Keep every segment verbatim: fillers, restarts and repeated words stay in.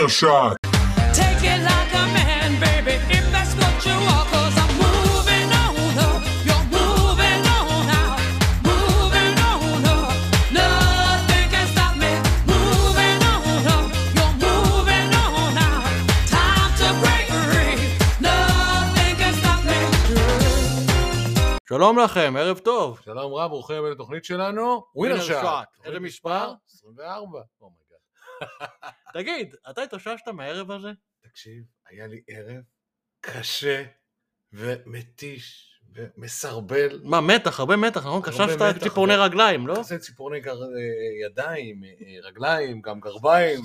shot. Take it like a man, baby, if that's what you want, 'cause I'm moving on up, you're moving on out, moving on up, nothing can stop me, moving on up, you're moving on out, time to break free, nothing can stop me. שלום לכם, ערב טוב. שלום רב, ברוכים הבאים לתוכנית שלנו, ווינר שאט. איזה מספר? עשרים וארבע. תגיד, אתה התאוששת מהערב הזה? תקשיב, היה לי ערב קשה ומתיש ומסרבל. מה, מתח, הרבה מתח, נכון? קששת את ציפורני רגליים, לא? קששת ציפורני ידיים, רגליים, גם גרביים.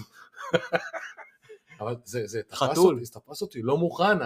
אבל זה תפס אותי, לא מוכן.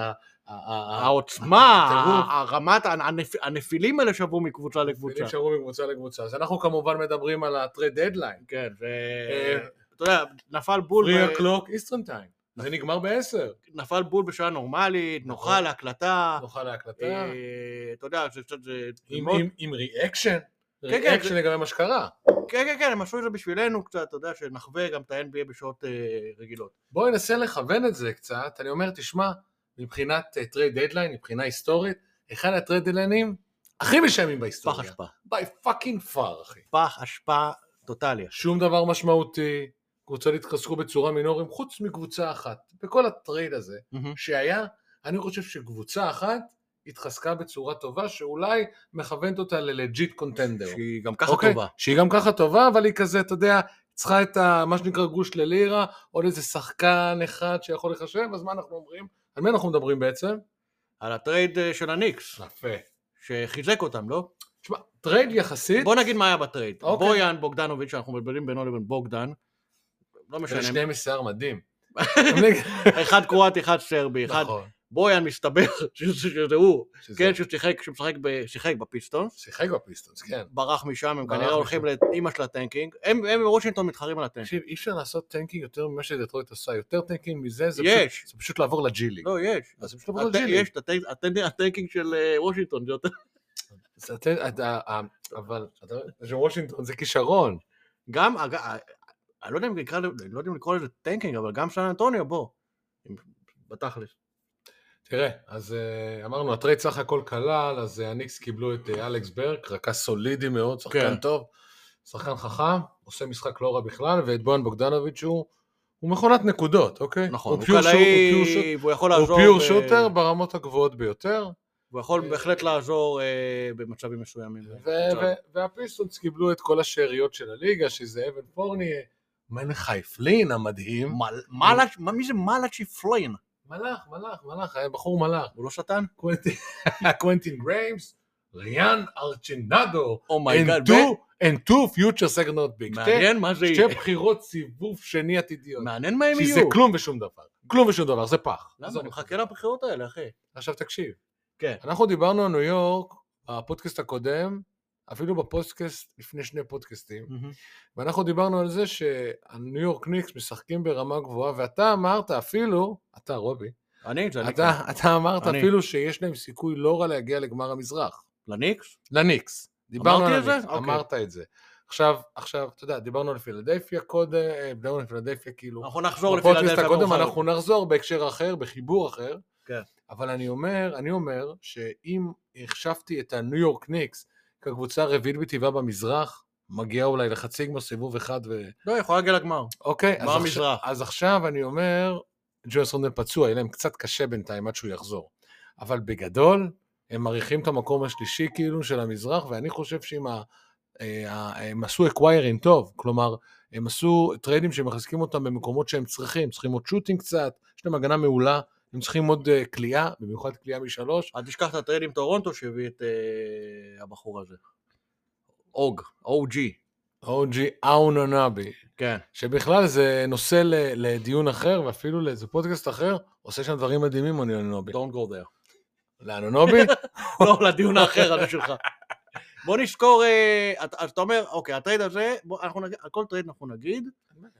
העוצמה, הרמת, הנפילים האלה שבו מקבוצה לקבוצה. הנפילים שבו מקבוצה לקבוצה. אז אנחנו כמובן מדברים על הטרייד דדליין. כן, ואתה יודע, נפל בול... free o'clock Eastern time. זה נגמר בעשר. נפל בול בשעה נורמלית, נוחה להקלטה. נוחה להקלטה. אתה יודע, זה קצת... עם ריאקשן. ריאקשן לגבי מה שקרה. כן, כן, כן, הם עשו את זה בשבילנו קצת, אתה יודע, שנחווה גם את ה-אן בי איי בשעות רגילות. בואי ננסה לכוון את זה קצת. אני אומר, תשמע, מבחינת טרייד דדליין, מבחינה היסטורית, אחד הטרייד דדליינים הכי משעמים בהיסטוריה. פח אשפה. by fucking far, אחי. פח אשפה טוטלי. שום דבר משמעותי, קבוצות התחזקו בצורה מינורית, חוץ מקבוצה אחת. בכל הטרייד הזה שהיה, אני חושב שקבוצה אחת התחזקה בצורה טובה, שאולי מכוונת אותה ללג'יט קונטנדר. שהיא גם ככה טובה. שהיא גם ככה טובה, אבל היא כזה, אתה יודע, צריכה את מה שנקרא גוש ללירה, עוד איזה שחקן אחד שיכול לחשב, אז מה אנחנו אומרים? על מי אנחנו מדברים בעצם? על הטרייד של הניקס. יפה. שחיזק אותם, לא? תשמע, טרייד יחסית... בוא נגיד מה היה בטרייד. אוקיי. בויאן בוגדנוביץ', שאנחנו מבלבלים בינו לבין בוגדן. לא משנה. שניהם משיער מדהים. אחד קרואטי, אחד סרבי, אחד... נכון. בויאן מסתבר שזה הוא, כן, שהוא שיחק בפיסטונס. שיחק בפיסטונס, כן. ברח משם, הם כנראה הולכים לאמא של הטנקינג. הם בוושינגטון מתחרים על הטנקינג. תקשיב, אי אפשר לעשות טנקינג יותר ממה שדטרויט עושה. יותר טנקינג מזה, זה פשוט לעבור לג'ילי. לא, יש. זה פשוט לעבור לג'ילי. יש, הטנקינג של וושינגטון, זה יותר... אבל, וושינגטון זה כישרון. גם, אני לא יודע אם לקרוא לזה טנקינג, אבל גם סן אנטוניו, בוא. בתכלס. תראה, אז אמרנו, הטרייד סך הכל כלל, אז הניקס קיבלו את אלכס ברק, רכז סולידי מאוד, שחקן טוב, שחקן חכם, עושה משחק לא רע בכלל, ואת בויאן בוגדנוביץ' הוא מכונת נקודות, אוקיי? נכון, הוא קלעי, והוא יכול לעזור... הוא פיור שוטר ברמות הגבוהות ביותר. הוא יכול בהחלט לעזור במצבים מסוימים. והפיסטונס קיבלו את כל השאריות של הליגה, שזה אבן פורניה, מלך פלין המדהים. מי זה מלאצ'י פלין? מלאך, מלאך, מלאך, היה בחור מלאך. הוא לא שטן? קוונטין גריימס, ריאן ארצ'ינדו, אומייגאד, and two future second round picks. מעניין מה זה יהיה. שתי בחירות סיבוב שני עתידיות. מעניין מה הם יהיו. שזה כלום ושום דבר. כלום ושום דבר, זה פח. למה? אני מחכה לבחירות האלה, אחי. עכשיו תקשיב. כן. אנחנו דיברנו על ניו יורק, בפודקאסט הקודם, אפילו בפודקאסט לפני שני פודקאסטים, ואנחנו דיברנו על זה שהניו יורק ניקס משחקים ברמה גבוהה, ואתה אמרת אפילו, אתה רובי, אני, זה אתה, אתה אמרת אני. אפילו שיש להם סיכוי לא רע להגיע לגמר המזרח. לניקס? לניקס. דיברנו על זה? הניקס, okay. אמרת את זה. עכשיו, עכשיו, אתה יודע, דיברנו על פילדלפיה קודם, דיברנו על פילדלפיה כאילו, אנחנו נחזור לפילדלפיה הקודם, אנחנו נחזור בהקשר אחר, בחיבור אחר, כן. אבל אני אומר, אני אומר שאם החשבתי את הניו יורק ניקס כקבוצה רביעית בטבעה במזרח, מגיעה אולי לחצי גמר סיבוב אחד ו... לא, יכול להגיע לגמר. אוקיי, אז, עכשיו, אז עכשיו אני אומר, ג'ויס רונדל פצוע, יהיה להם קצת קשה בינתיים עד שהוא יחזור. אבל בגדול, הם מעריכים את המקום השלישי כאילו של המזרח, ואני חושב שאם ה... הם עשו אקוויירינג טוב, כלומר, הם עשו טריידים שמחזקים אותם במקומות שהם צריכים, צריכים עוד שוטינג קצת, יש להם הגנה מעולה, הם צריכים עוד קליעה, במיוחד קליעה משלוש. אל תשכח את הטרייד עם טורונטו שהביא את הבחור הזה. אוג, או-ג'י. או-ג'י אאונונאבי. כן. שבכלל זה נושא לדיון אחר, ואפילו לאיזה פודקאסט אחר, עושה שם דברים מדהימים אאונונאבי. Don't go there. לאנונובי? לא, לדיון האחר הזה שלך. בוא נזכור, אז אתה אומר, אוקיי, הטרייד הזה, על כל טרייד אנחנו נגיד,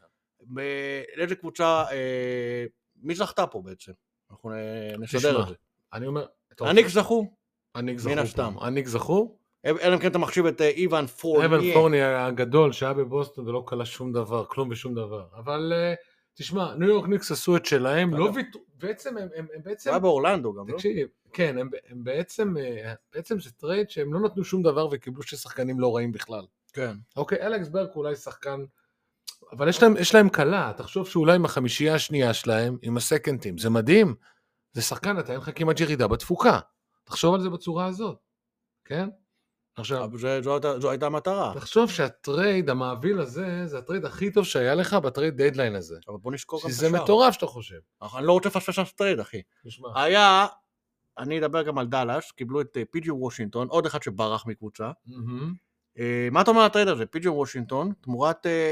לאיזה קבוצה, מי זכתה פה בעצם? אנחנו נסדר את זה. אני אומר, הניקס זכו? הניקס זכו. הניקס זכו? אלא אם כן אתה מחשיב את איוון פורני. איוון פורני הגדול שהיה בבוסטון ולא קלה שום דבר, כלום ושום דבר. אבל תשמע, ניו יורק ניקס עשו את שלהם, לא אגב. ויתרו, בעצם הם, הם, הם בעצם, זה היה באורלנדו גם, לא? תקשיב, כן, הם, הם בעצם, אה, בעצם זה טרייד שהם לא נתנו שום דבר וקיבלו שני שחקנים לא רעים בכלל. כן. אוקיי, אלכס ברק אולי שחקן, אבל יש להם, יש להם קלה, תחשוב שאולי עם החמישייה השנייה שלהם, עם הסקנטים, זה מדהים, זה שחקן, אתה אין לך כמעט ירידה בתפוקה, תחשוב על זה בצורה הזאת, כן? עכשיו, אבל זה- זו הייתה- זו הייתה המטרה. תחשוב שהטרייד, המעביל הזה, זה הטרייד הכי טוב שהיה לך בטרייד דדליין הזה. אבל בוא נזכור גם את שזה השאר. מטורף שאתה חושב. אני לא רוצה לפספס שם טרייד, אחי. תשמע. היה, אני אדבר גם על דאלאס, קיבלו את אה, פי.ג'י וושינגטון, עוד אחד שברח מקבוצה. מהמם. אה, מה אתה אומר על הטרייד הזה? פי.ג'י וושינגטון, תמורת אה,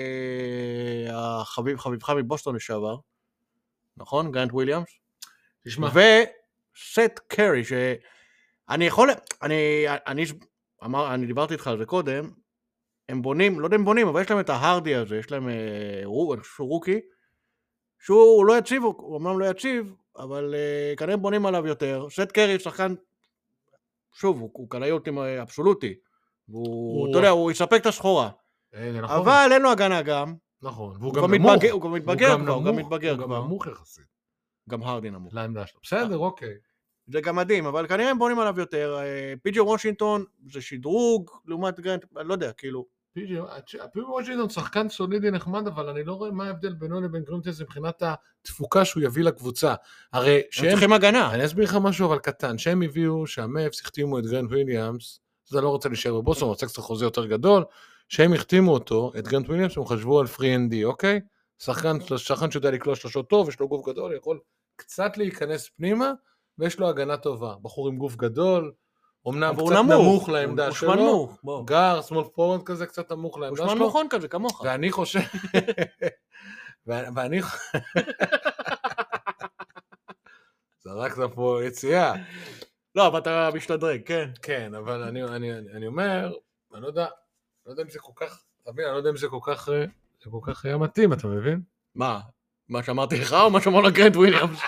אה, החביב, חביבך מבוסטון לשעבר, נכון? גרנט וויליאמס. תשמע. וסט קרי, שאני יכול, אני, אני, אמר, אני דיברתי איתך על זה קודם, הם בונים, לא יודע אם בונים, אבל יש להם את ההרדי הזה, יש להם, אה, רו, אני חושב שהוא רוקי, שהוא לא יציב, הוא אמנם לא יציב, אבל אה, כנראה הם בונים עליו יותר. סט קרי שחקן, שוב, הוא, הוא קלעי אולטימי אבסולוטי, והוא, הוא- אתה יודע, הוא יספק את הסחורה, אה, זה נכון. אבל אין לו הגנה גם, נכון. והוא הוא גם גם נמוך. מתבגר, הוא גם מתבגר כבר, הוא גם נמוך, מתבגר הוא גם כבר, נמוך יחסית. גם הרדי נמוך. לעמדה שלו. בסדר, אוקיי. זה גם מדהים, אבל כנראה הם בונים עליו יותר. פי.ג'י וושינגטון זה שדרוג, לעומת גרנט, אני לא יודע, כאילו. פי.ג'י וושינגטון שחקן סולידי נחמד, אבל אני לא רואה מה ההבדל בינו לבין גרונטס מבחינת התפוקה שהוא יביא לקבוצה. הרי הם שהם... צריכים הגנה. אני אסביר לך משהו אבל קטן, שהם הביאו שהמאפס החתימו את גרנט וויליאמס, זה לא רוצה להישאר בבוסטון, רוצה קצת חוזה יותר גדול, שהם החתימו אותו, את גרנט וויליאמס, הם חשבו על פרי אנד די, אוקיי? שחקן, שחקן שיודע לקלוע שלושות טוב, יש לו גוף גדול, יכול קצת להיכנס פנימה, ויש לו הגנה טובה. בחור עם גוף גדול, אמנם אבל הוא קצת נמוך, נמוך לעמדה הוא שלו, שמנמוך, בוא. גר, שמאל פורנד כזה, קצת נמוך הוא לעמדה שמן שלו, מוכן כזה, כמוך. ואני חושב, ו- ואני, זרקת פה יציאה. לא, אבל אתה משתדרג, כן. כן, אבל אני, אני, אני, אני אומר, אני לא יודע, לא יודע אם זה כל כך, אתה מבין, אני לא יודע אם זה כל כך, אה, זה כל כך היה מתאים, אתה מבין? מה? מה שאמרתי לך או מה שאמרנו לגרנט וויליאמס?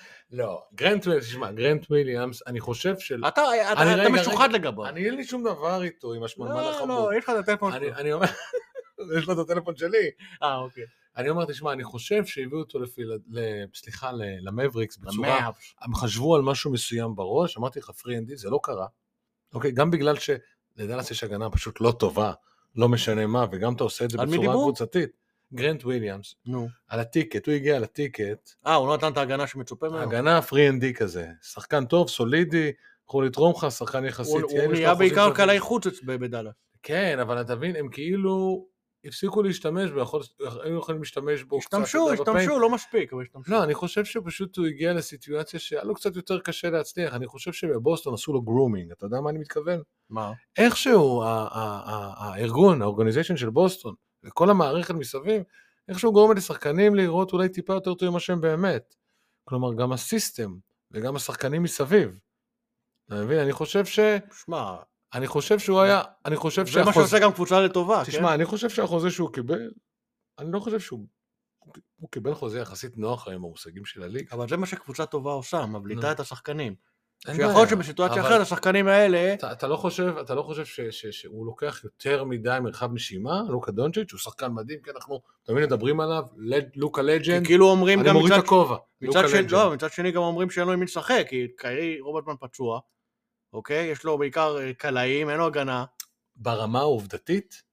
לא, גרנט וויליאמס, תשמע, גרנט וויליאמס, אני חושב של... אתה אתה- אני אתה רגע, משוחד רגע, לגביו. אני אין לי שום דבר איתו עם השמנמן לא, החמוד. לא, יש לך את הטלפון אני, שלו. אני אומר, יש לו את הטלפון שלי. אה, אוקיי. אני אומר, תשמע, אני חושב שהביאו אותו לפיל... ל- סליחה, ל- למבריקס בצורה... למאבס. הם חשבו על משהו מסוים בראש, אמרתי לך פרי אנד די, זה לא קרה. אוקיי, גם בגלל שלדלס יש הגנה פשוט לא טובה, לא משנה מה, וגם אתה עושה את זה על מי בצורה דיברו? קבוצתית. גרנט וויליאמס, נו. על הטיקט, הוא הגיע לטיקט, אה, הוא לא נתן את ההגנה שמצופה ממנו? הגנה פרי אנד די כזה, שחקן טוב, סולידי, יכול לתרום לך, שחקן יחסית, הוא יעיל, הוא יש לו נהיה אחוזים בעיקר טובים. קלעי חוץ ב- בדאלאס. כן, אבל אתה מבין, הם כאילו הפסיקו להשתמש בו, יכול- היו יכולים להשתמש בו קצת. השתמשו, אתה יודע, בפעמים. השתמשו, לא מספיק, אבל השתמשו. לא, אני חושב שפשוט הוא הגיע לסיטואציה שהיה לו קצת יותר קשה להצליח, אני חושב שבבוסטון עשו לו גרומינג, אתה יודע מה אני מתכוון? מה? איכשהו ה- ה- ה- הארגון, האורגניזיישן של בוסטון, וכל המערכת מסביב, איכשהו גורם לשחקנים לראות אולי טיפה יותר טוב ממה שהם באמת. כלומר, גם הסיסטם וגם השחקנים מסביב. אתה מבין? אני חושב ש... שמע, אני חושב שהוא היה... אני חושב זה מה שהחוזה... שעושה גם קבוצה לטובה, כן? תשמע, אני חושב שהחוזה שהוא קיבל, אני לא חושב שהוא... הוא קיבל חוזה יחסית נוח עם המושגים של הליג. אבל זה מה שקבוצה טובה עושה, מבליטה נו. את השחקנים. אין שיכול בעיה, להיות שבסיטואציה אבל אחרת השחקנים האלה, אתה, אתה לא חושב, אתה לא חושב ש, ש, שהוא לוקח יותר מדי מרחב נשימה, לוקה דונצ'יץ' הוא שחקן מדהים, כי אנחנו תמיד מדברים עליו, לוקה לג'נד, כאילו אומרים אני גם מוריד מצד- את הכובע, מצד לוקה שני, לג'נד. לא, מצד שני גם אומרים שאין לו עם מי לשחק, כי קיירי רוברטמן פצוע, אוקיי? יש לו בעיקר אה, קלעים, אין לו הגנה. ברמה העובדתית,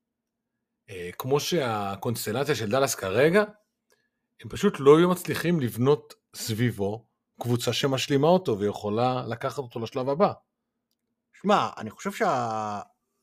אה, כמו שהקונסטלציה של דלס כרגע, הם פשוט לא היו מצליחים לבנות סביבו קבוצה שמשלימה אותו ויכולה לקחת אותו לשלב הבא. שמע, אני חושב שה...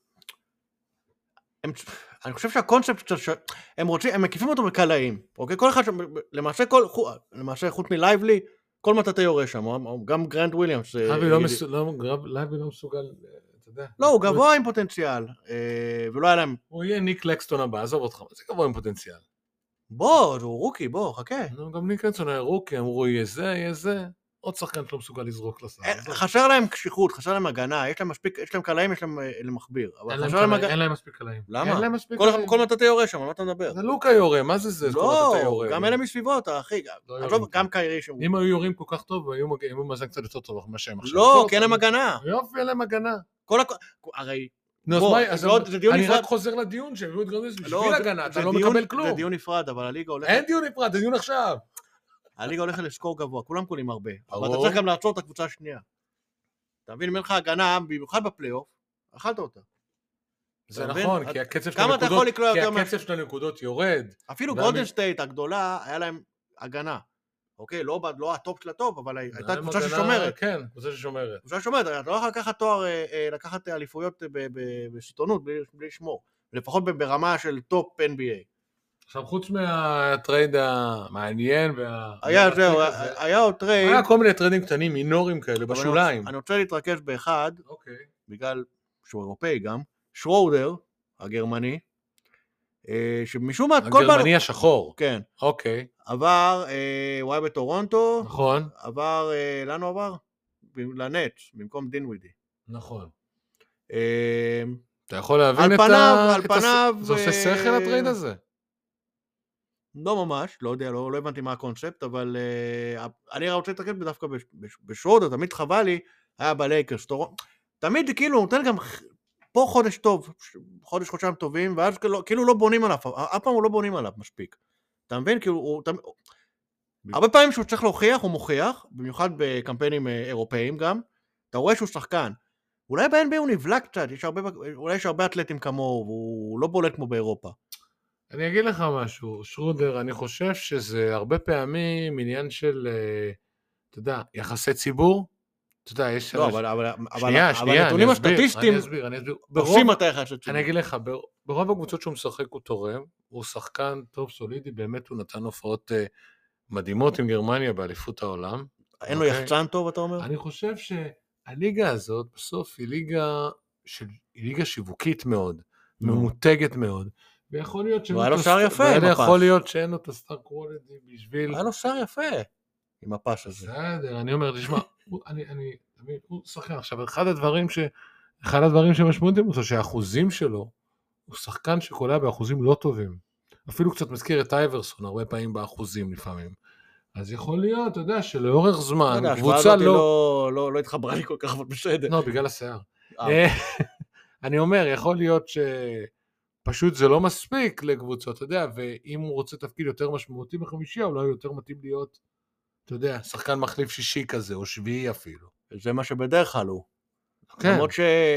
הם... אני חושב שהקונספט של... ש... הם רוצים, הם מקיפים אותו בקלעים, אוקיי? כל אחד, ש... למעשה, כל... למעשה, חוץ מלייבלי, כל מטאטי יורה שם, גם גרנט וויליאמס. לייבי לא מסו- לא- גרב- לייבי לא מסוגל, אה, אתה יודע. לא, הוא גבוה עם פוטנציאל, אה, ולא היה להם... הוא יהיה ניק לקסטון הבא, עזוב אותך, זה גבוה עם פוטנציאל. בוא, הוא רוקי, בוא, חכה. נו, גם ניק לקסטון היה רוקי, אמרו יהיה זה, יהיה זה, עוד שחקן שלא מסוגל לזרוק לסל. אין- חסר להם קשיחות, חסר להם הגנה, יש להם מספיק, יש להם קלעים, יש להם אה, למכביר. אבל אין להם חסר להם קלעים, הגנה. אין להם מספיק קלעים. למה? אין להם מספיק כל- קלעים. כל מטאטי יורה שם, על מה אתה מדבר? זה לוקה יורה, מה זה זה? כל לא, מטאטי יורה. גם אלה מסביבות, אחי. לא עזוב, יורים. גם קיירי שהוא... אם היו יורים כל כך טוב, היו מגיעים מאזן קצת יותר טוב ממה שהם עכשיו. לא, טוב, כי אין להם אני- הגנה. יופי, אין להם הגנה. כל הכ... הרי נו, אז בוא, מה, זה אז עוד- זה דיון אני נפרד. רק חוזר לדיון, שהם הביאו את גרונדס לא, בשביל זה- הגנה, זה אתה לא דיון- מקבל כלום. זה דיון נפרד, אבל הליגה הולכת... אין דיון נפרד, זה דיון עכשיו. הליגה הולכת לסקור גבוה, כולם קולים הרבה. ברור. אבל אתה צריך גם לעצור את הקבוצה השנייה. אתה מבין, אם אין לך הגנה, במיוחד בפלייאוף, אכלת אותה. זה אתה מבין? נכון, את- כי הקצב של כמה אתה יכול הנקודות, לקלוע כי יותר מה- הקצב של הנקודות יורד. אפילו והמ- גולדן סטייט הגדולה, היה להם הגנה. אוקיי, לא ב- לא הטופ של הטופ, אבל הייתה היה קבוצה להם הגנה- ששומרת. כן, קבוצה ששומרת. קבוצה ששומרת, אתה לא יכול לקחת תואר, אה, אה, לקחת אליפויות ב- ב- בסיטונות בלי בלי לשמור. לפחות ברמה של טופ אן בי איי. עכשיו, חוץ מהטרייד המעניין וה... היה זהו, הזה, היה עוד טרייד. היה כל מיני טריידים קטנים, מינורים כאלה, אבל אני בשוליים. רוצה- אני רוצה להתרכז באחד, אוקיי. בגלל שהוא אירופאי גם, שרודר, הגרמני, אה, שמשום מה, כל פעם, הגרמני השחור. כן, אוקיי, עבר, אה, הוא היה בטורונטו, נכון, עבר, אה, לאן הוא עבר? ב- לנץ, במקום דין ווידי. נכון. אה, אתה יכול להבין על את פניו, ה... על את הס- פניו, זה עושה אה, שכל הטרייד הזה? לא ממש, לא יודע, לא, לא הבנתי מה הקונספט, אבל אה, אני רוצה להתרכז דווקא בש- בש- בשרודר, תמיד חבל לי, היה בלייקרס, טורונטו, תמיד כאילו הוא נותן גם פה חודש טוב, חודש חודשיים טובים, ואז כאילו, כאילו לא בונים עליו, אף פעם הוא לא בונים עליו מספיק. אתה מבין? כאילו, הוא, תמ... הרבה פעמים שהוא צריך להוכיח, הוא מוכיח, במיוחד בקמפיינים אה, אירופאיים גם, אתה רואה שהוא שחקן. אולי ב-אן בי איי הוא נבלע קצת, יש הרבה, אולי יש הרבה אתלטים כמוהו, והוא לא בולט כמו באירופה. אני אגיד לך משהו, שרודר, אני חושב שזה הרבה פעמים עניין של, אה, אתה יודע, יחסי ציבור. אתה יודע, יש... לא, אבל, אבל, שנייה, אבל, שנייה, אבל הנתונים אני אסביר, הסטטיסטיים, אני אסביר, אני אסביר. עושים ברוב, מתי אחד של ציבור. אני אגיד לך, בר- ברוב הקבוצות שהוא משחק הוא תורם, הוא שחקן טוב סולידי, באמת הוא נתן הופעות אה, מדהימות עם גרמניה באליפות העולם. אין לו אוקיי? יחצן טוב, אתה אומר? אני חושב שהליגה הזאת בסוף היא ליגה, של, היא ליגה שיווקית מאוד, נו. ממותגת מאוד, ויכול להיות שאין והיה לו לו את שער הסט- יפה ואלה עם הפס. יכול להיות שאין לו את הסטאר קוולטי בשביל... היה לו שער יפה עם הפס הזה. בסדר, אני אומר, תשמע, הוא- אני, אני, אני, הוא שחקן. עכשיו, אחד הדברים ש... אחד הדברים שמשמעותיים הוא שהאחוזים שלו, הוא שחקן שקולע באחוזים לא טובים. אפילו קצת מזכיר את אייברסון, הרבה פעמים באחוזים לפעמים. אז יכול להיות, אתה יודע, שלאורך לא זמן, יודע, קבוצה ההשוואה הזאת לא... לא- לא לא התחברה לי כל כך, אבל בסדר. לא, בגלל השיער. אה, אה, אני אומר, יכול להיות שפשוט זה לא מספיק לקבוצות, אתה יודע, ואם הוא רוצה תפקיד יותר משמעותי בחמישייה, אולי הוא יותר מתאים להיות, אתה יודע, שחקן מחליף שישי כזה, או שביעי אפילו. זה מה שבדרך כלל הוא. כן, למרות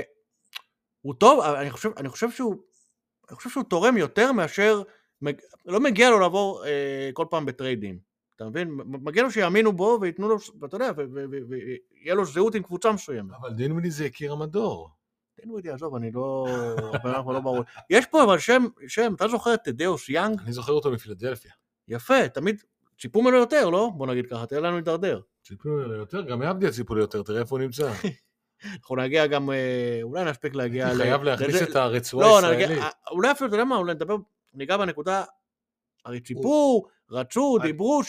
שהוא טוב, אבל אני חושב, אני חושב שהוא, אני חושב שהוא תורם יותר מאשר, מג- לא מגיע לו לעבור אה, כל פעם בטריידים. אתה מבין? מ- מגיע לו שיאמינו בו וייתנו לו, ואתה יודע, ו- ו- ו- ויהיה לו זהות עם קבוצה מסוימת. אבל דינווידי זה יקיר המדור. תן לי, עזוב, אני לא, אנחנו לא ברור. יש פה אבל שם, שם, אתה זוכר את דאוס יאנג? אני זוכר אותו מפילדלפיה. יפה, תמיד ציפו ממנו יותר, לא? בוא נגיד ככה, תהיה לנו להידרדר. ציפו לי יותר, גם מעבדיה ציפו לי יותר, תראה איפה הוא נמצא. אנחנו נגיע גם, אה, אולי נספיק להגיע... אני ל- חייב להכניס לזה- את הרצועה לא, הישראלית. נגיע, אולי אפילו, אתה יודע מה, אולי נדבר, ניגע בנקודה, הרי ציפו, רצו, אני- דיברו,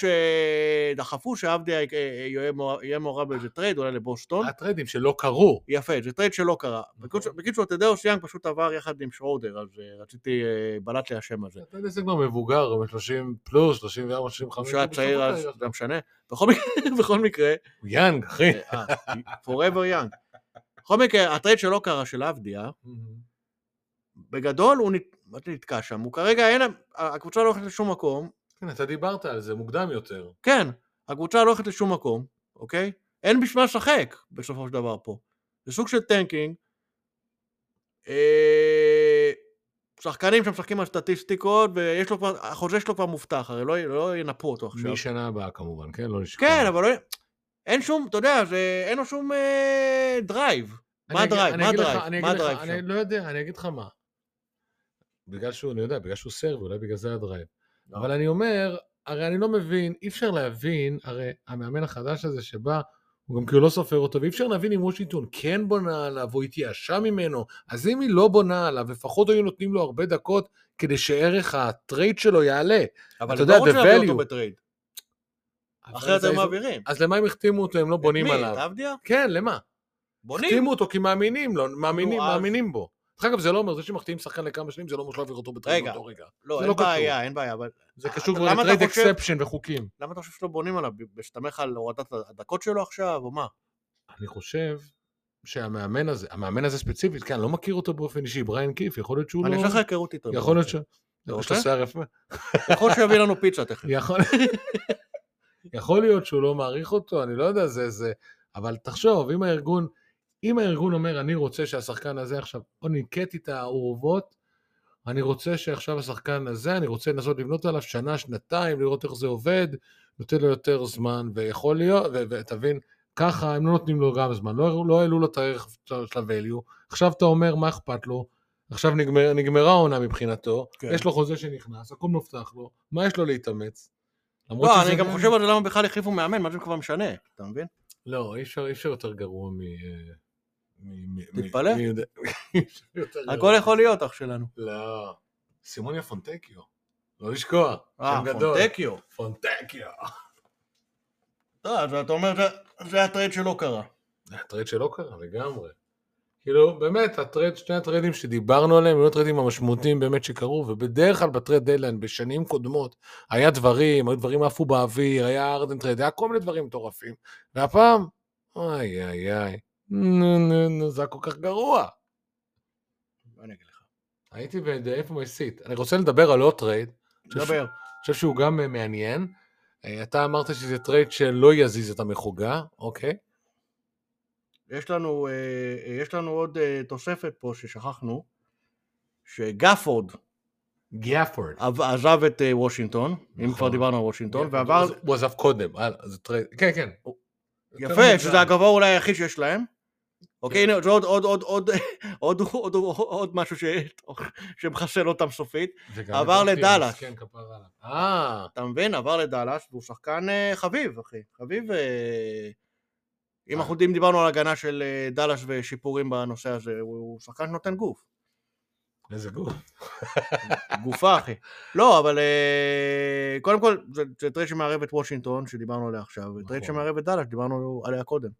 שדחפו שעבדיה יהיה מעורב- יהיה מעורב באיזה טרייד, אולי לבוסטון. הטריידים שלא קרו. יפה, זה טרייד שלא קרה. בקיצור- בקיצור, תדאוס יאנג פשוט עבר יחד עם שרודר, אז אה, רציתי, אה, בלט לי השם הזה. אתה יודע, זה כבר מבוגר, הוא שלושים פלוס, שלושים וארבע, שלושים וחמש. הוא שהיה הוא צעיר בסוף אז, הקריירה זה משנה. בכל מקרה, בכל מקרה, הוא יאנג, אחי. אה, forever young. בכל מקרה, הטרייד שלא קרה של עבדיה, בגדול הוא נת- מה זה נתקע שם, הוא כרגע אין, הקבוצה לא הולכת לשום מקום, כן, אתה דיברת על זה מוקדם יותר. כן, הקבוצה לא הולכת לשום מקום, אוקיי? אין בשביל לשחק בסופו של דבר פה. זה סוג של טנקינג, אה, שחקנים שמשחקים על סטטיסטיקות, ויש לו כבר, החוזה שלו כבר מובטח, הרי לא, לא ינפו אותו עכשיו. משנה הבאה כמובן, כן? לא נשכח. כן, אבל לא, אין שום, אתה יודע, זה, אין לו שום אה, דרייב. מה אני אגיד- הדרייב? אני מה אגיד לך- הדרייב? אני מה אגיד לך, הדרייב אני שם? לא יודע, אני אגיד לך מה. בגלל שהוא, אני יודע, בגלל שהוא סרבי, אולי בגלל זה הדרייב. אבל אני אומר, הרי אני לא מבין, אי אפשר להבין, הרי המאמן החדש הזה שבא, הוא גם כאילו לא סופר אותו, ואי אפשר להבין אם וושינגטון כן בונה עליו, או התייאשה ממנו, אז אם היא לא בונה עליו, לפחות היו נותנים לו הרבה דקות, כדי שערך הטרייד שלו יעלה. אבל אתה הם יודע, לא רוצים the להביא value. אותו בטרייד. אבל אחרת זה הם איזו- מעבירים. אז למה הם החתימו אותו, הם לא בונים מי? עליו? את עבדיה? כן, למה? בונים. החתימו אותו כי מאמינים לו, מאמינים, נו, אז- מאמינים בו. דרך אגב, זה לא אומר, זה שמחתימים שחקן לכמה שנים, זה לא אומר שלא להעביר אותו בטרייד רגע. באותו רגע. לא, זה אין לא כתוב. בעיה, אין בעיה, אבל... זה קשור למה אתה לטרייד חושב- אקספשן וחוקים. למה אתה חושב שלא בונים עליו? בהסתמך על הורדת הדקות שלו עכשיו, או מה? אני חושב שהמאמן הזה, המאמן הזה ספציפית, כן, אני לא מכיר אותו באופן אישי, בריין קיף, יכול להיות שהוא לא... אני חושב לך היכרות איתו. יכול להיות ש... אתה יש לו רוצה? שיער יפה. יכול שיביא לנו פיצה תכף. יכול... יכול להיות שהוא לא מעריך אותו, אני לא יודע, זה זה... אבל תחשוב, אם הארגון, אם הארגון אומר, אני רוצה שהשחקן הזה עכשיו, או ניקט את העורבות, אני רוצה שעכשיו השחקן הזה, אני רוצה לנסות לבנות עליו שנה, שנתיים, לראות איך זה עובד, נותן לו יותר זמן, ויכול להיות, ותבין, ככה הם לא נותנים לו גם זמן, לא, לא העלו לו את הערך של ה-value, עכשיו אתה אומר מה אכפת לו, עכשיו נגמר, נגמרה העונה מבחינתו, כן. יש לו חוזה שנכנס, הכל מובטח לו, מה יש לו להתאמץ? לא, אני גם גם... חושב על זה למה בכלל החליפו מאמן, מה זה כבר משנה, אתה מבין? לא, אי אפשר, אי אפשר יותר גרוע מ... תתפלא? הכל יכול להיות אח שלנו. לא, סימוניה פונטקיו, לא לשכוח, שם גדול. פונטקיו. פונטקיו. אז אתה אומר, זה הטרייד שלא קרה. זה הטרייד שלא קרה, לגמרי. כאילו, באמת, הטרייד, שני הטריידים שדיברנו עליהם, היו הטריידים המשמעותיים באמת שקרו, ובדרך כלל בטרייד דדליין, בשנים קודמות, היה דברים, היו דברים עפו באוויר, היה ארדן טרייד, היה כל מיני דברים מטורפים. והפעם, איי, איי, איי, נו, נו, נו, זה היה כל כך גרוע. מה אני אגיד לך? הייתי באיפה מסיט. אני רוצה לדבר על עוד טרייד. דבר. אני חושב שהוא גם מעניין. אתה אמרת שזה טרייד שלא יזיז את המחוגה, אוקיי? יש לנו, יש לנו עוד תוספת פה ששכחנו, שגפורד, גפורד, עזב את וושינגטון, אם כבר דיברנו על וושינגטון, ועבר... הוא עזב קודם, זה טרייד, כן, כן. יפה, שזה הגבוה אולי היחיד שיש להם. אוקיי, הנה, זה עוד, עוד, עוד, עוד, עוד, עוד, עוד משהו שמחסל אותם סופית. עבר לדלס. כן, כפר עליו. אה. אתה מבין? עבר לדלס, והוא שחקן חביב, אחי. חביב... אם אנחנו יודעים, דיברנו על הגנה של דלס ושיפורים בנושא הזה, הוא שחקן שנותן גוף. איזה גוף? גופה, אחי. לא, אבל קודם כל, זה טרייד שמערב את וושינגטון, שדיברנו עליה עכשיו, וטרייד שמערב את דלס, דיברנו עליה קודם.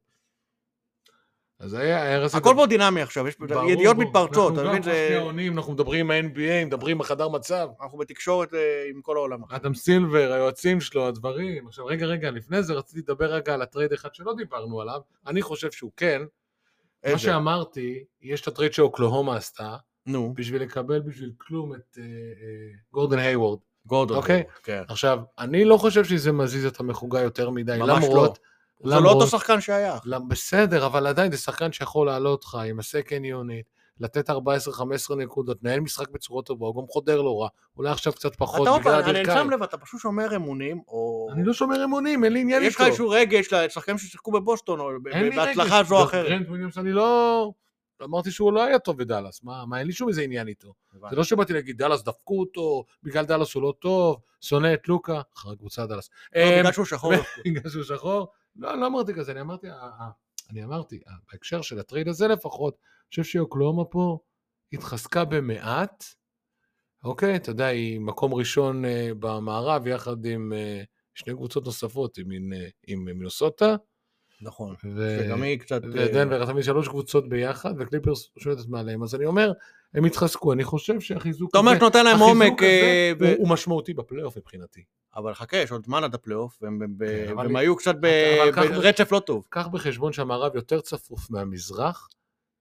אז היה... הכל פה דינמי עכשיו, יש ידיעות מתפרצות, אתה מבין? אנחנו מדברים עם ה-אן בי איי, מדברים בחדר מצב. אנחנו בתקשורת עם כל העולם. אדם סילבר, היועצים שלו, הדברים. עכשיו, רגע, רגע, לפני זה רציתי לדבר רגע על הטרייד אחד שלא דיברנו עליו, אני חושב שהוא כן. מה שאמרתי, יש את הטרייד שאוקלהומה עשתה, בשביל לקבל בשביל כלום את גורדון היוורד. גורדון, אוקיי? עכשיו, אני לא חושב שזה מזיז את המחוגה יותר מדי, למרות... זה לא אותו שחקן שהיה. בסדר, אבל עדיין זה שחקן שיכול לעלות לך עם הסקנד יוניט, לתת ארבע עשרה חמש עשרה נקודות, נהל משחק בצורה טובה, הוא גם חודר לא רע, אולי עכשיו קצת פחות בגלל הברכיים. אני שם לב, אתה פשוט שומר אמונים, או... אני לא שומר אמונים, אין לי עניין איתו. יש לך איזשהו רגש לשחקנים ששיחקו בבוסטון, או בהצלחה זו או אחרת. גרנט וויליאמס, אני לא... אמרתי שהוא לא היה טוב בדלס, מה, אין לי שום איזה עניין איתו. זה לא שבאתי להגיד, דלס דפקו אותו, בגלל דלס הוא לא טוב, שונא את לוקה, אחרי קבוצה דלס. בגלל שהוא שחור. בגלל שהוא שחור. לא, לא אמרתי כזה, אני אמרתי, אני אמרתי, בהקשר של הטרייד הזה לפחות, אני חושב שאוקלהומה פה התחזקה במעט, אוקיי, אתה יודע, היא מקום ראשון במערב, יחד עם שני קבוצות נוספות, עם מינוסוטה, נכון, שגם היא קצת... ודנבר, אתה מבין, שלוש קבוצות ביחד, וקליפרס שולטת מעליהם, אז אני אומר, הם התחזקו, אני חושב שהחיזוק הזה... אתה אומר שנותן להם עומק... הוא משמעותי בפלייאוף מבחינתי. אבל חכה, יש עוד זמן עד הפלייאוף, והם היו קצת ברצף לא טוב. קח בחשבון שהמערב יותר צפוף מהמזרח,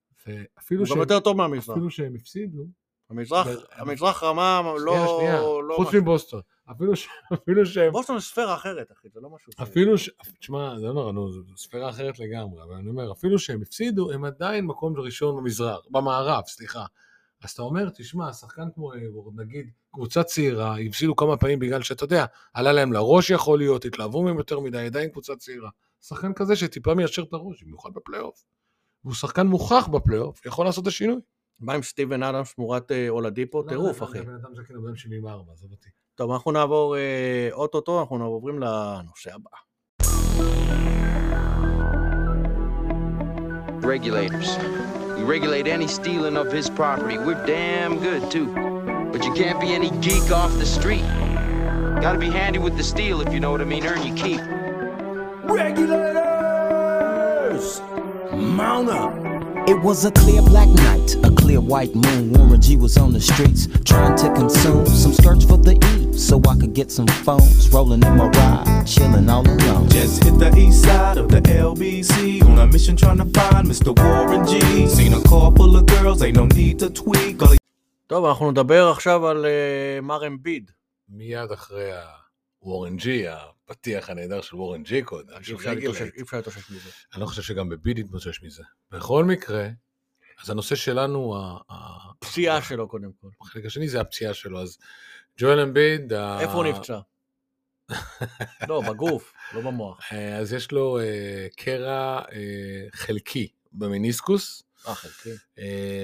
הוא גם יותר טוב מהמזרח. אפילו שהם הפסידו. המזרח רמה לא... חוץ מבוסטון. אפילו שהם... בוסטון זה ספירה אחרת, אחי, זה לא משהו... אפילו ש... תשמע, זה לא רענו, זו ספירה אחרת לגמרי, אבל אני אומר, אפילו שהם הפסידו, הם עדיין מקום ראשון במזרח, במערב, סליחה. אז אתה אומר, תשמע, שחקן כמו היוורד, נגיד, קבוצה צעירה, הפסידו כמה פעמים בגלל שאתה יודע, עלה להם לראש יכול להיות, התלהבו מהם יותר מדי, עדיין קבוצה צעירה. שחקן כזה שטיפה מיישר את הראש, במיוחד בפלייאוף. והוא שחקן מוכח בפלייאוף, יכול לעשות את השינוי. מה עם סטיבן אדמס תמורת אולדיפו? טירוף, אחי. בן אדם זקן בן שבעים וארבע, עזוב אותי. טוב, אנחנו נעבור אוטוטו, אנחנו עוברים לנושא הבא. Regulators. We regulate any stealing of his property. We're damn good, too. But you can't be any geek off the street. Gotta be handy with the steel, if you know what I mean. Earn your keep. Regulators! Mount up! It was a clear black night, a clear white moon. Warren G was on the streets trying to consume some skirts for the E, so I could get some phones. Rolling in my ride, chilling all alone. Just hit the east side of the L B C on a mission trying to find Mister Warren G. Seen a car full of girls, ain't no need to tweak. All טוב, אנחנו נדבר עכשיו על uh, מר אמביד. מיד אחרי הוורן ג'י, הפתיח הנהדר של וורן ג'י קודם. אי אפשר להתאושש- אי אפשר להתאושש מזה. אני לא חושב שגם בביד יתמושש מזה. בכל מקרה, אז הנושא שלנו, ה- ה- פציעה שלו קודם כל. החלק השני זה הפציעה שלו, אז ג'ואל אמביד, ה- איפה הוא נפצע? לא, בגוף, לא במוח. אה, אז יש לו אה, קרע אה, חלקי במיניסקוס. אה, חלקי. אה,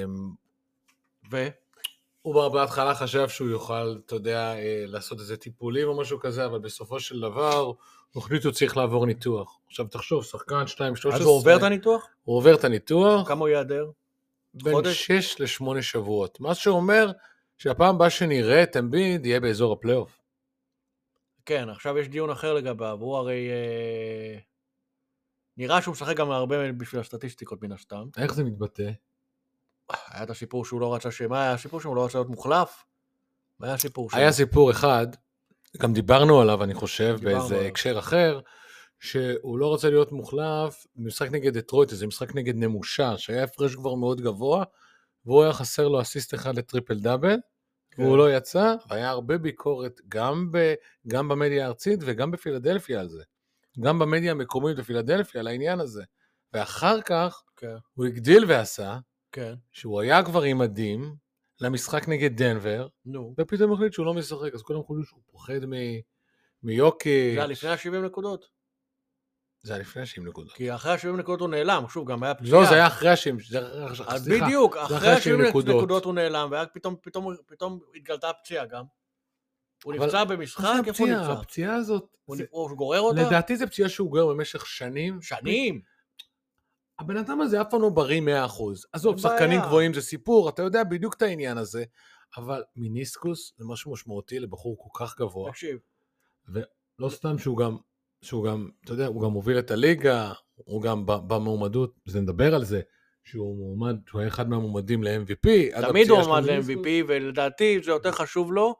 ו? הוא בהתחלה חשב שהוא יוכל, אתה יודע, אה, לעשות איזה טיפולים או משהו כזה, אבל בסופו של דבר, הוא החליט שהוא צריך לעבור ניתוח. עכשיו תחשוב, שחקן שתיים שלוש עשרה. אז הוא עובר את הניתוח? הוא עובר את הניתוח. כמה הוא יעדר? בין חודש? שש לשמונה שבועות. מה שאומר שהפעם הבאה שנראה את אמביד יהיה באזור הפלייאוף. כן, עכשיו יש דיון אחר לגביו, הוא הרי... אה, נראה שהוא משחק גם הרבה בשביל הסטטיסטיקות מן הסתם. איך זה מתבטא? היה את הסיפור שהוא לא רצה ש... מה היה הסיפור שהוא לא רצה להיות מוחלף? מה היה הסיפור שלו? היה סיפור אחד, גם דיברנו עליו, אני חושב, דיברנו באיזה עליו. הקשר אחר, שהוא לא רוצה להיות מוחלף במשחק נגד דטרויט, זה משחק נגד נמושה, שהיה הפרש כבר מאוד גבוה, והוא היה חסר לו אסיסט אחד לטריפל דאבל, והוא לא יצא, והיה הרבה ביקורת גם, ב, גם במדיה הארצית וגם בפילדלפיה על זה. גם במדיה המקומית בפילדלפיה על העניין הזה. ואחר כך כן, הוא הגדיל ועשה, כן. שהוא היה כבר עם מדים למשחק נגד דנבר, נו. ופתאום החליט שהוא לא משחק, אז כולם חושבים שהוא פוחד מ- מיוקיץ'. זה היה לפני ה-שבעים נקודות. זה היה לפני שבעים נקודות. כי אחרי ה-שבעים נקודות הוא נעלם, שוב, גם היה פציעה. לא, זה היה אחרי ה-שבעים, אז בדיוק, אחרי אחרי ה-שבעים ה-שבעים נקודות. נקודות הוא נעלם, ואז פתאום, פתאום, פתאום התגלתה הפציעה גם. הוא אבל- נפצע במשחק, מה זה איפה הוא הפציעה? נפצע? הפציעה הזאת, הוא זה- נפ- הוא גורר אותה? לדעתי זה פציעה שהוא גורר במשך שנים. שנים. הבן אדם הזה אף פעם לא בריא מאה אחוז. עזוב, אין שחקנים בעיה. גבוהים זה סיפור, אתה יודע בדיוק את העניין הזה, אבל מיניסקוס זה משהו משמעותי לבחור כל כך גבוה. תקשיב, לא סתם שהוא גם, שהוא גם, אתה יודע, הוא גם מוביל את הליגה, הוא גם ב- במועמדות, זה נדבר על זה, שהוא מועמד, שהוא היה אחד מהמועמדים ל-אם וי פי. עד תמיד הוא הפציעה עמד שלו ל-אם וי מיניסקוס. פי, ולדעתי זה יותר חשוב לו,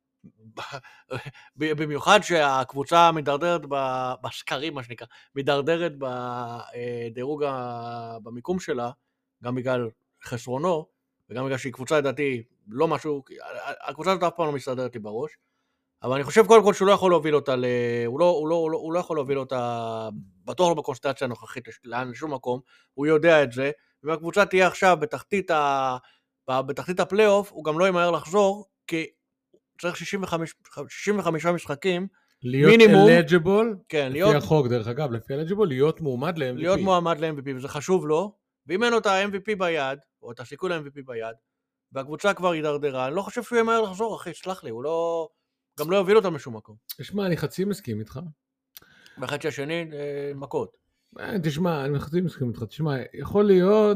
במיוחד שהקבוצה מדרדרת ב- בסקרים, מה שנקרא, מדרדרת בדירוג, ה- במיקום שלה, גם בגלל חסרונו, וגם בגלל שהיא קבוצה, לדעתי, לא משהו, הקבוצה הזאת אף פעם לא מסתדרת לי בראש, אבל אני חושב קודם כל שהוא לא יכול להוביל אותה, ל... הוא, לא, הוא, לא, הוא, לא, הוא לא יכול להוביל אותה, בטוח לא בקונסטלציה הנוכחית, לאן, לשום מקום, הוא יודע את זה, ואם הקבוצה תהיה עכשיו בתחתית, ה... בתחתית הפלייאוף, הוא גם לא ימהר לחזור, כי צריך שישים וחמש, שישים וחמישה משחקים, להיות מינימום, eligible, כן, לפי להיות, החוק, דרך אגב, לפי eligible, להיות מועמד ל-אם וי פי. להיות מועמד ל-אם וי פי, וזה חשוב לו, ואם אין לו את ה-אם וי פי ביד, או את הסיכוי ל-אם וי פי ביד, והקבוצה כבר הידרדרה, אני לא חושב שהוא ימהר לחזור, אחי, סלח לי, הוא לא, גם לא יוביל אותם משום מקום. תשמע, אני חצי מסכים איתך. בחצי השני, אה, מכות. אה, תשמע, אני חצי מסכים איתך. תשמע, יכול להיות,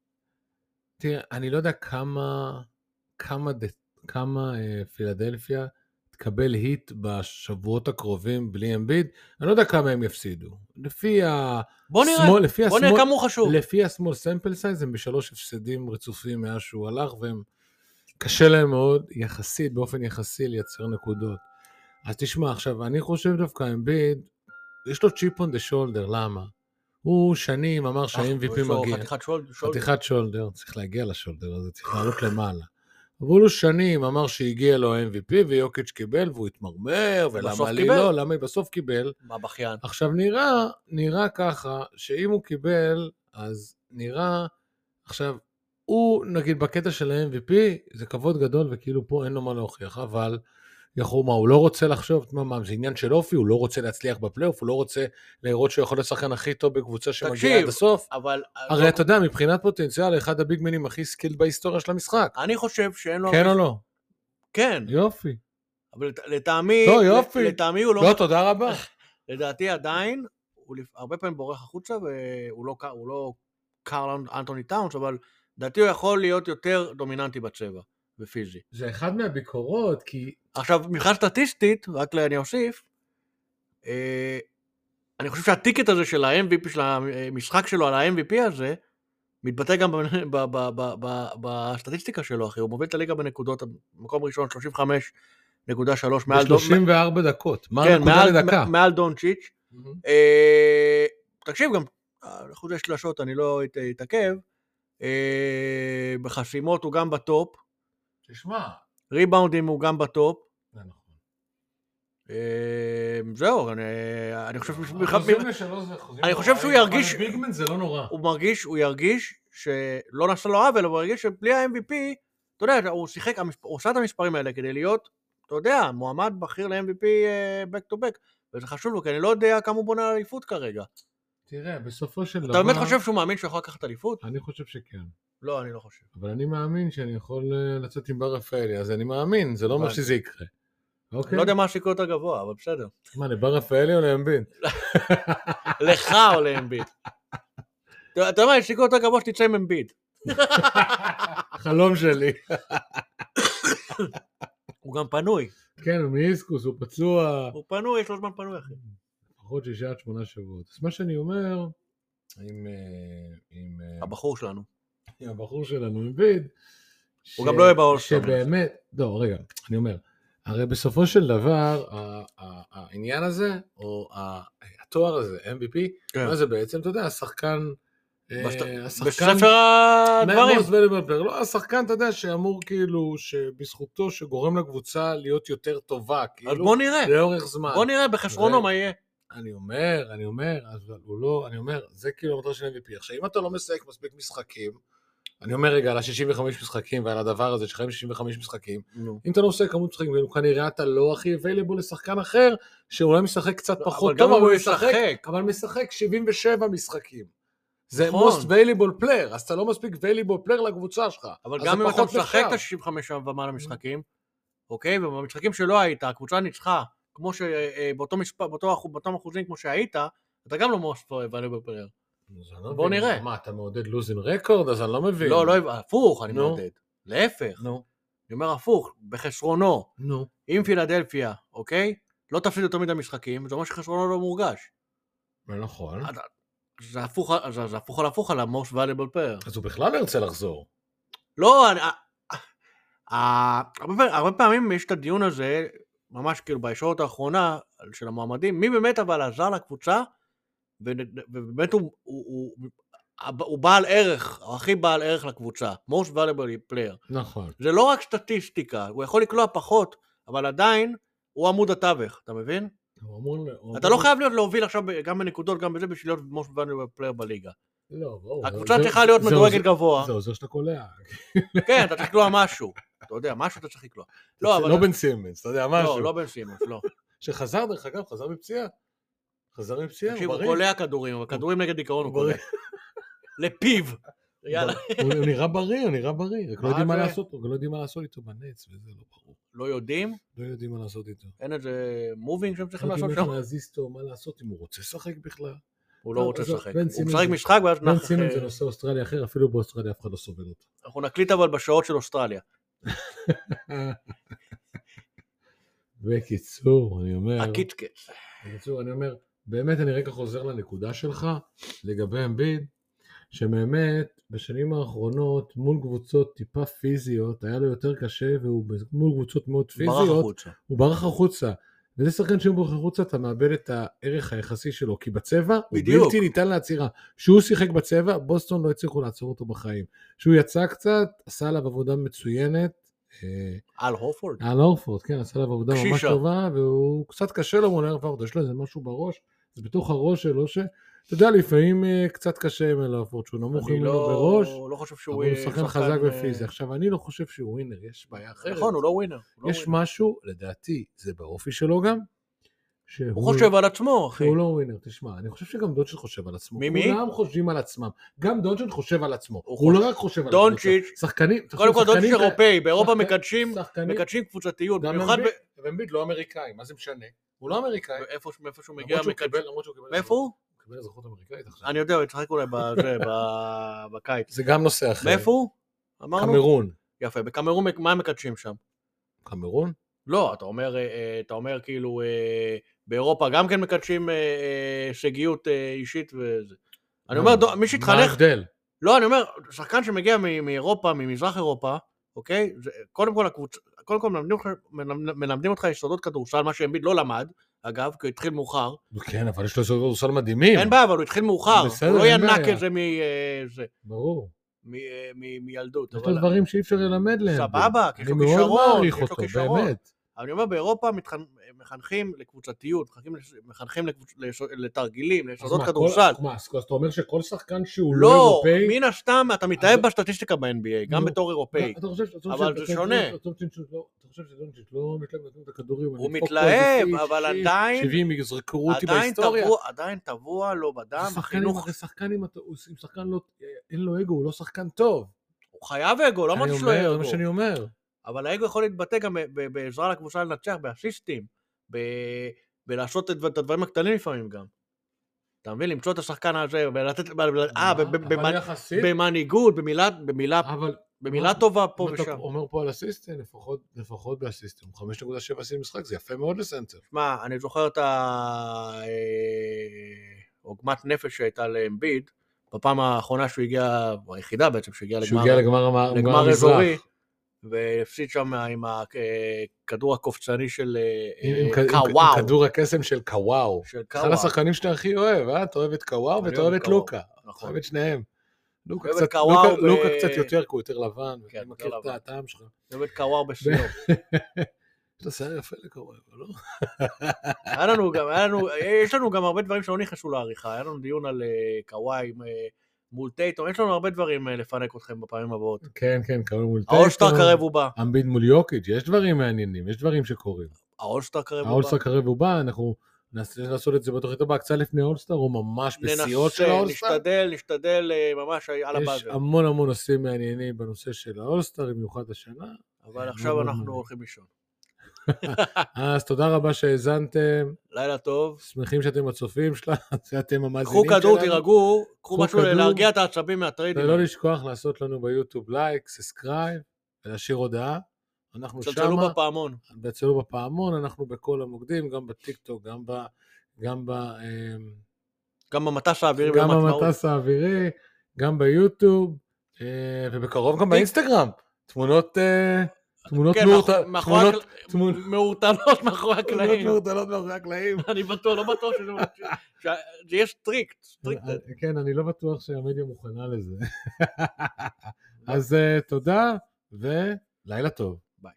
תראה, אני לא יודע כמה, כמה, ד- כמה אה, פילדלפיה תקבל היט בשבועות הקרובים בלי אמביד, אני לא יודע כמה הם יפסידו. לפי ה... בוא נראה, שמאל, לפי בוא נראה השמאל- כמה הוא חשוב. לפי השמאל סמפל סייז, הם בשלוש הפסדים רצופים מאז שהוא הלך, והם קשה להם מאוד, יחסית, באופן יחסי, לייצר נקודות. אז תשמע, עכשיו, אני חושב דווקא אמביד, יש לו צ'יפ און דה שולדר, למה? הוא שנים אמר שה-אם וי פי יש לו מגיע. חתיכת שולד, שולד. חתיכת שולדר, צריך להגיע לשולדר הזה, צריך לעלות למעלה. אבל הוא שנים אמר שהגיע לו ה-אם וי פי, ויוקיץ' קיבל, והוא התמרמר, ובסוף ולמה לי קיבל. לא, למה בסוף קיבל. מה בכיין? עכשיו נראה, נראה ככה, שאם הוא קיבל, אז נראה, עכשיו, הוא נגיד בקטע של ה-אם וי פי, זה כבוד גדול וכאילו פה אין לו מה להוכיח, אבל יכול, מה, הוא לא רוצה לחשוב, מה, מה, זה עניין של אופי, הוא לא רוצה להצליח בפלייאוף, הוא לא רוצה לראות שהוא יכול להיות שחקן הכי טוב בקבוצה שמגיעה תקשיב, עד הסוף. אבל... הרי אתה יודע, מבחינת פוטנציאל, אחד הביגמנים הכי סקילד בהיסטוריה של המשחק. אני חושב שאין לו... כן או לא? כן, יופי. אבל לט- לטעמי... לא, יופי. לטעמי הוא לא... לא, תודה רבה. לדעתי עדיין, הוא לפ- הרבה פעמים בורח החוצה, והוא לא, ק- הוא לא קארל אנטוני טאונס, אבל לדעתי הוא יכול להיות יותר דומיננטי בצבע, ופיזי. זה אחד מהביקורות, כי... עכשיו, מבחינה סטטיסטית, רק אני אוסיף, אה, אני חושב שהטיקט הזה של ה-אם וי פי, של המשחק שלו על ה-אם וי פי הזה, מתבטא גם ב- ב- ב- ב- ב- בסטטיסטיקה שלו, אחי, הוא מוביל את הליגה בנקודות, מקום ראשון, שלושים וחמש נקודה שלוש, מעל דון- ב-שלושים וארבע דקות. מה כן, הנקודה מעל- לדקה? מעל דונצ'יץ'. אה, תקשיב גם, אחוזי שלשות אני לא את- אתעכב, אה, בחסימות הוא גם בטופ, תשמע. ריבאונדים הוא גם בטופ, זה נכון. אה, זהו, אני אני חושב אחוזים לשלוש זה אחוזים אני חושב שהוא נוראים, ירגיש- אבל ביגמן זה לא נורא. הוא מרגיש, הוא ירגיש שלא נעשה לו עוול, אבל הוא ירגיש שבלי ה-אם וי פי, אתה יודע, הוא שיחק, המספ- הוא עושה את המספרים האלה כדי להיות, אתה יודע, מועמד בכיר ל-אם וי פי back to back, וזה חשוב לו, כי אני לא יודע כמה הוא בונה על אליפות כרגע. תראה, בסופו של דבר... אתה באמת חושב שהוא מאמין שהוא יכול לקחת אליפות? אני חושב שכן. לא, אני לא חושב. אבל אני מאמין שאני יכול אה, לצאת עם בר רפאלי, אז אני מאמין, זה לא אומר הבנתי. שזה יקרה. אני אוקיי? לא יודע מה השיקול יותר גבוה, אבל בסדר. מה, לבר רפאלי או לאמביד? לך או לאמביד. אתה אתה יודע מה, השיקול יותר גבוה שתצא עם אמביד. חלום שלי. הוא גם פנוי. כן, הוא מאיסקוס, הוא פצוע. הוא פנוי, יש לו זמן פנוי, אחי. לפחות שישה עד שמונה שבועות. אז מה שאני אומר, עם, אה, עם, אה, הבחור שלנו. עם הבחור שלנו, אמביד, הוא גם לא יהיה באולסטאר. שבאמת, לא, רגע, אני אומר, הרי בסופו של דבר, ה- ה- העניין הזה, או ה- התואר הזה, אם וי פי, כן. מה זה בעצם, אתה יודע, השחקן, אה, בסט- השחקן, בספר הדברים. most valuable player, לא, השחקן, אתה יודע, שאמור כאילו, שבזכותו, שגורם לקבוצה להיות יותר טובה, אז כאילו, בוא נראה. לאורך זמן. בוא נראה בחסרונו רגע. מה יהיה. אני אומר, אני אומר, אז הוא לא, אני אומר, זה כאילו המטרה של אם וי פי. עכשיו, אם אתה לא משחק מספיק משחקים, אני אומר רגע, על ה-שישים וחמישה משחקים ועל הדבר הזה שחיים שישים וחמישה משחקים, נו. אם אתה לא עושה כמות משחקים, כנראה אתה לא הכי available לשחקן אחר, שאולי משחק קצת פחות אבל גם טוב, אם הוא אבל ישחק. משחק, אבל משחק שבעים ושבע משחקים. זה נכון. most valuable player, אז אתה לא מספיק valuable player לקבוצה שלך. אבל אז גם זה אם אתה פחות משחק נחשב. את ה-שישים וחמש ומעלה משחקים, אוקיי? ובמשחקים שלא היית, הקבוצה ניצחה, כמו שבאותו מספר, באותו אחוז- באותם אחוזים כמו שהיית, אתה גם לא most valuable player. אז אני לא בוא מבין, נראה. מה, אתה מעודד losing record? אז אני לא מבין. לא, לא, הפוך, אני נו. מעודד. להפך. נו, אני אומר הפוך, בחסרונו, נו. אם פילדלפיה, אוקיי? לא תפסיד יותר מדי משחקים, זה אומר שחסרונו לא מורגש. נכון. אז- זה הפוך, זה זה הפוך על הפוך על ה-most valuable player. אז הוא בכלל לא ירצה לחזור. לא, אני... ה- ה- הרבה פעמים- הרבה פעמים יש את הדיון הזה, ממש כאילו בישורת האחרונה של המועמדים, מי באמת אבל עזר לקבוצה, ו- ובאמת הוא, הוא, הוא, הוא בעל ערך, הוא הכי בעל ערך לקבוצה, most valuable player. נכון. זה לא רק סטטיסטיקה, הוא יכול לקלוע פחות, אבל עדיין הוא עמוד התווך, אתה מבין? הוא אמור... הוא אתה אמור- לא חייב להיות להוביל עכשיו גם בנקודות, גם בזה, בשביל להיות most valuable player בליגה. לא, ברור. הקבוצה זה- צריכה להיות זה מדורגת עוזר- גבוה. זה עוזר שאתה קולע. כן, אתה צריך לקלוע משהו. אתה יודע, משהו אתה צריך לקלוע. לא, אבל... לא בן סימנס, אתה יודע, משהו. לא, לא בן סימוס, לא. שחזר, דרך אגב, חזר מפציעה. חזר מפציעה, תקשיב, הוא הוא בריא. קולע כדורים, אבל כדורים נגד דיכאון הוא הוא קולע. בריא. לפיו. יאללה. הוא הוא נראה בריא, הוא נראה בריא. רק לא מה יודעים מה זה? לעשות, לא יודעים מה לעשות איתו בנץ, וזה לא ברור. לא יודעים? לא יודעים מה לעשות איתו. אין איזה מובינג שהם צריכים לא לעשות יודעים שם? איך להזיז אותו, מה לעשות, אם הוא רוצה לשחק בכלל. הוא לא טוב, רוצה עזוב, לשחק. בן הוא סימנס משחק זה- משחק ואז בן נח- סימנס זה נושא אוסטרליה אחר, אפילו באוסטרליה אף אחד לא סובל אותו. אנחנו נקליט אבל בשעות של אוסטרליה. בקיצור, אני אומר... הקיטקט. בקיצור, אני אומר, באמת אני רגע חוזר לנקודה שלך, לגבי אמביד, שבאמת בשנים האחרונות מול קבוצות טיפה פיזיות, היה לו יותר קשה, והוא מול קבוצות מאוד ברח פיזיות, החוצה. הוא ברח החוצה. וזה שחקן שהוא ברח החוצה, אתה מאבד את הערך היחסי שלו, כי בצבע הוא בדיוק. בלתי ניתן לעצירה. כשהוא שיחק בצבע, בוסטון לא הצליחו לעצור אותו בחיים. כשהוא יצא קצת, עשה עליו עבודה מצוינת, אה, על הופורד. על אורפורד, כן, עשה עליו עבודה ממש קשישה. טובה, והוא קצת קשה לו מול אורפורד, יש לו איזה משהו בראש, זה בתוך הראש שלו, ש... אתה יודע, לפעמים אה, קצת קשה עם אורפורד, שהוא נמוך אני ממנו לא בראש, לא חושב שהוא... אבל הוא אה, שחקן חזק אה, ופיזי. עכשיו, אני לא חושב שהוא ווינר, יש בעיה אחרת. נכון, הוא לא ווינר. הוא לא יש ווינר. משהו, לדעתי, זה באופי שלו גם, שהוא הוא חושב על עצמו, אחי. שהוא לא ווינר, תשמע, אני חושב שגם דונצ'יץ' חושב על עצמו. מי, מי? כולם חושבים על עצמם. גם דונצ'יץ' חושב על עצמו. הוא הוא חושב- לא רק חושב על עצמו. דונצ'יץ', שחקנים, קודם כל דונצ'יץ' שחקנים- אירופאי, באירופה שחקן- מקדשים שחקנים- מקדשים קבוצתיות, גם במיוחד אמביד, אמביד לא אמריקאי, מה זה משנה? הוא לא אמריקאי. מאיפה מאיפה שהוא מגיע, למרות שהוא מקדשים. קיבל- למרות שהוא קיבל מאיפה הוא? הוא קיבל אזרחות אמריקאית עכשיו. אני יודע, הוא יצחק אולי בזה, ב- בקיץ. זה גם נושא אחר. מאיפה הוא? אמרנו? קמרון. יפה, בקמרון מה הם מקדשים שם? קמרון? לא, אתה אומר, אה, אתה אומר כאילו, אה, באירופה גם כן מקדשים אה, אה, הישגיות אה, אישית וזה. אני אומר, דו- מי מה שהתחנך, ההבדל? לא, אני אומר, שחקן שמגיע מ- מאירופה, ממזרח אירופה, אוקיי? זה, קודם כל, הקבוצ... קודם כל מלמדים, אותך- מלמד- מלמדים אותך יסודות כדורסל, מה שאמביד לא למד, אגב, כי הוא התחיל מאוחר. כן, אבל יש לו כדורסל מדהימים. אין בעיה, אבל הוא התחיל מאוחר. בסדר, הוא לא אין ינק בעיה. את זה מ... אה, זה, ברור. מ... אה, מ... מילדות. יש אבל- לו דברים שאי אפשר ללמד להם. סבבה, כי יש לו אני מאוד כישרון, מעריך יש לו אותו, כישרון. באמת. אבל אני אומר, באירופה מתחנ... מחנכים לקבוצתיות, מחנכים, לש... מחנכים לקבוצ... לש... לתרגילים, אז ליסודות מה, כדורסל. כל- מה, אז אתה אומר שכל שחקן שהוא לא לא, אירופאי... מן הסתם, אתה מתאהב אז- בסטטיסטיקה ב-אן בי איי, גם נו, בתור אירופאי. אתה חושב- אתה חושב אבל ש- זה אתה- שונה. אתה חושב שלא- אתה חושב שדונצ'יץ' לא מתלהב לתת את הכדורים? הוא אני אדפוק פה מתלהב, איזה אבל שישים, עדיין- שבעים יזרקו אותי עדיין בהיסטוריה. טבוע, עדיין טבוע לו בדם, זה שחקן עם- החינוך, זה שחקן עם הת- הוא- אם שחקן לא... אין לו אגו, הוא לא שחקן טוב. הוא חייב אגו, לא אני אמרתי שלא אומר, יהיה זה מה אגו. שאני אומר. אבל האגו יכול להתבטא גם ב- ב- בעזרה לקבוצה לנצח, באסיסטים, ב- בלעשות את את הדברים הקטנים לפעמים גם. אתה מבין? למצוא את השחקן הזה, ולתת... ב- ב- אה, ב- ב- אבל במנ- יחסית... במנהיגות, במילה, במילה, אבל... במילה מה- טובה פה אם אתה ושם. אומר פה על אסיסטים, לפחות, לפחות באסיסטים, חמש נקודה שבע אסיסטים משחק, זה יפה מאוד לסנטר. שמע, אני זוכר את העוגמת נפש שהייתה לאמביד, בפעם האחרונה שהוא הגיע, או היחידה בעצם, שהגיע שהוא לגמר, הגיע לגמר המ- לגמר גמר אזורי, המזרח. והפסיד שם עם הכדור הקופצני של עם- אה, עם כ- עם- קוואו. עם כדור הקסם של קוואו. של אחד קוואו. השחקנים שאתה הכי אוהב, אה? אתה אוהב את קוואו אני ואתה אוהב אוהב את את קוואו. לוקה. נכון. אוהב את שניהם. לוקה אוהב את קצת, קוואו לוקה- ב- לוקה קצת יותר, כי הוא יותר לבן, כן, ואני יותר מכיר את לבן. הטעם שלך. אוהב את קוואו בשיאו. יש לו שיער יפה לקוואו, לא? היה לנו גם, היה לנו, יש לנו גם הרבה דברים שלא נכנסו לעריכה, היה לנו דיון על אה, קוואי עם, אה, מול טייטום, יש לנו הרבה דברים אה, לפנק אתכם בפעמים הבאות. כן, כן, קרוב מול טייטום. האולסטאר קרב הוא בא. אמביד מול יוקיץ', יש דברים מעניינים, יש דברים שקורים. האולסטאר קרב הוא בא. האולסטאר קרב הוא בא, אנחנו ננסה לעשות את זה בתוכנית הבאה, קצת לפני האולסטאר, או ממש בשיאות של ננסה, האולסטאר. נשתדל, נשתדל אה, ממש על יש הבאזר. המון המון נושאים מעניינים בנושא של האולסטאר, במיוחד השנה. אבל עכשיו מאוד אנחנו מעניין. הולכים לישון. אז תודה רבה שהאזנתם, לילה טוב. שמחים שאתם הצופים שלנו, שאתם המאזינים קחו שלנו. כדור, תירגעו, קחו קחו משהו כדור. להרגיע את העצבים מהטריידים. ולא לשכוח לעשות לנו ביוטיוב לייק, סאסקרייב, ולהשאיר הודעה. אנחנו צלצלו שמה, בפעמון. צלצלו בפעמון, אנחנו בכל המוקדים, גם בטיקטוק, גם ב... גם ב... אמ, גם במטס האווירי גם במטמעות. במטס האווירי, גם ביוטיוב, אה, ובקרוב גם באינסטגרם. תמונות, אה, תמונות כן, מאורת- מאחורי- מאחורי תמונות- הקל- תמונות מאורטלות מאחורי תמונות הקלעים. מאורטלות מאחורי הקלעים. אני בטוח, לא בטוח שזה... ש- שיש טריק, טריק. אה, כן, אני לא בטוח שהמדיה מוכנה לזה. אז אה, תודה, ולילה טוב.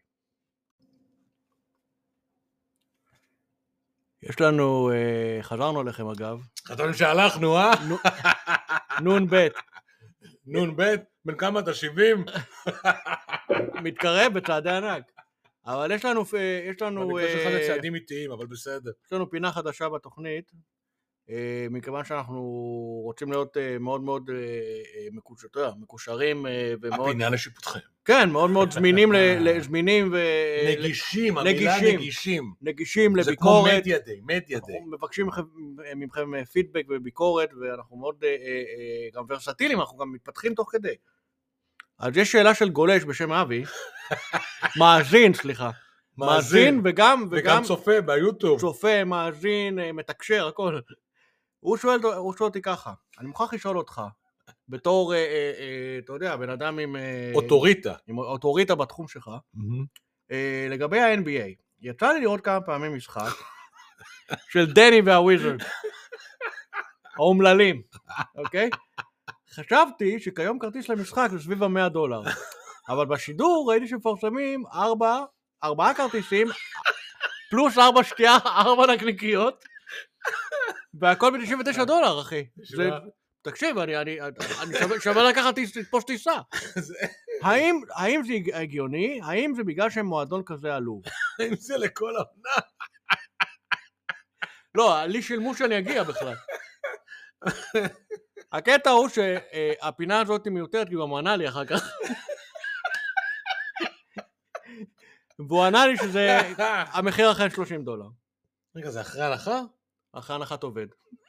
יש לנו, אה, חזרנו אליכם אגב, חשבנו שהלכנו, אה? נון ב', נון ב', בן כמה אתה? שבעים? מתקרב בצעדי ענק. אבל יש לנו, אה, יש לנו, במקרה שלך אה, זה צעדים איטיים, אבל בסדר. יש לנו פינה חדשה בתוכנית, אה, מכיוון שאנחנו רוצים להיות אה, מאוד מאוד אה, אה, מקוש- אתה יודע, מקושרים אה, ומאוד, הפינה לשיפוטכם. כן, מאוד מאוד זמינים, ל- ל- זמינים נגישים, המילה נגישים. נגישים. נגישים זה כמו לביקורת. מדיה דיי, מדיה דיי. אנחנו מבקשים מכם- מכם פידבק וביקורת, ואנחנו מאוד אה, אה, גם ורסטיליים, אנחנו גם מתפתחים תוך כדי. אז יש שאלה של גולש בשם אבי, מאזין, סליחה, מאזין וגם, וגם וגם צופה ביוטיוב. צופה, מאזין, אה, מתקשר, הכל. הוא שואל, הוא שואל אותי ככה, אני מוכרח לשאול אותך, בתור, אה, אה, אה, אתה יודע, בן אדם עם, אה, אוטוריטה. עם אוטוריטה בתחום שלך, אה, לגבי ה-אן בי איי, יצא לי לראות כמה פעמים משחק של דני והוויזרד, האומללים, אוקיי? חשבתי שכיום כרטיס למשחק זה סביב ה-מאה דולר, אבל בשידור ראיתי שמפרסמים ארבע, ארבעה כרטיסים, פלוס ארבע שתייה, ארבע נקניקיות, והכל ב-תשעים ותשעה דולר, אחי. זה, תקשיב, אני, אני, אני שווה, שווה לקחת לתפוס טיסה. האם, האם זה הגיוני? האם זה בגלל שהם מועדון כזה עלוב? אם זה לכל העונה. לא, לי שילמו שאני אגיע בכלל. הקטע הוא שהפינה הזאת היא מיותרת, כי הוא גם ענה לי אחר כך. והוא ענה לי שזה המחיר אחרי שלושים דולר. רגע, זה אחרי ההלכה? אחרי הנחת עובד.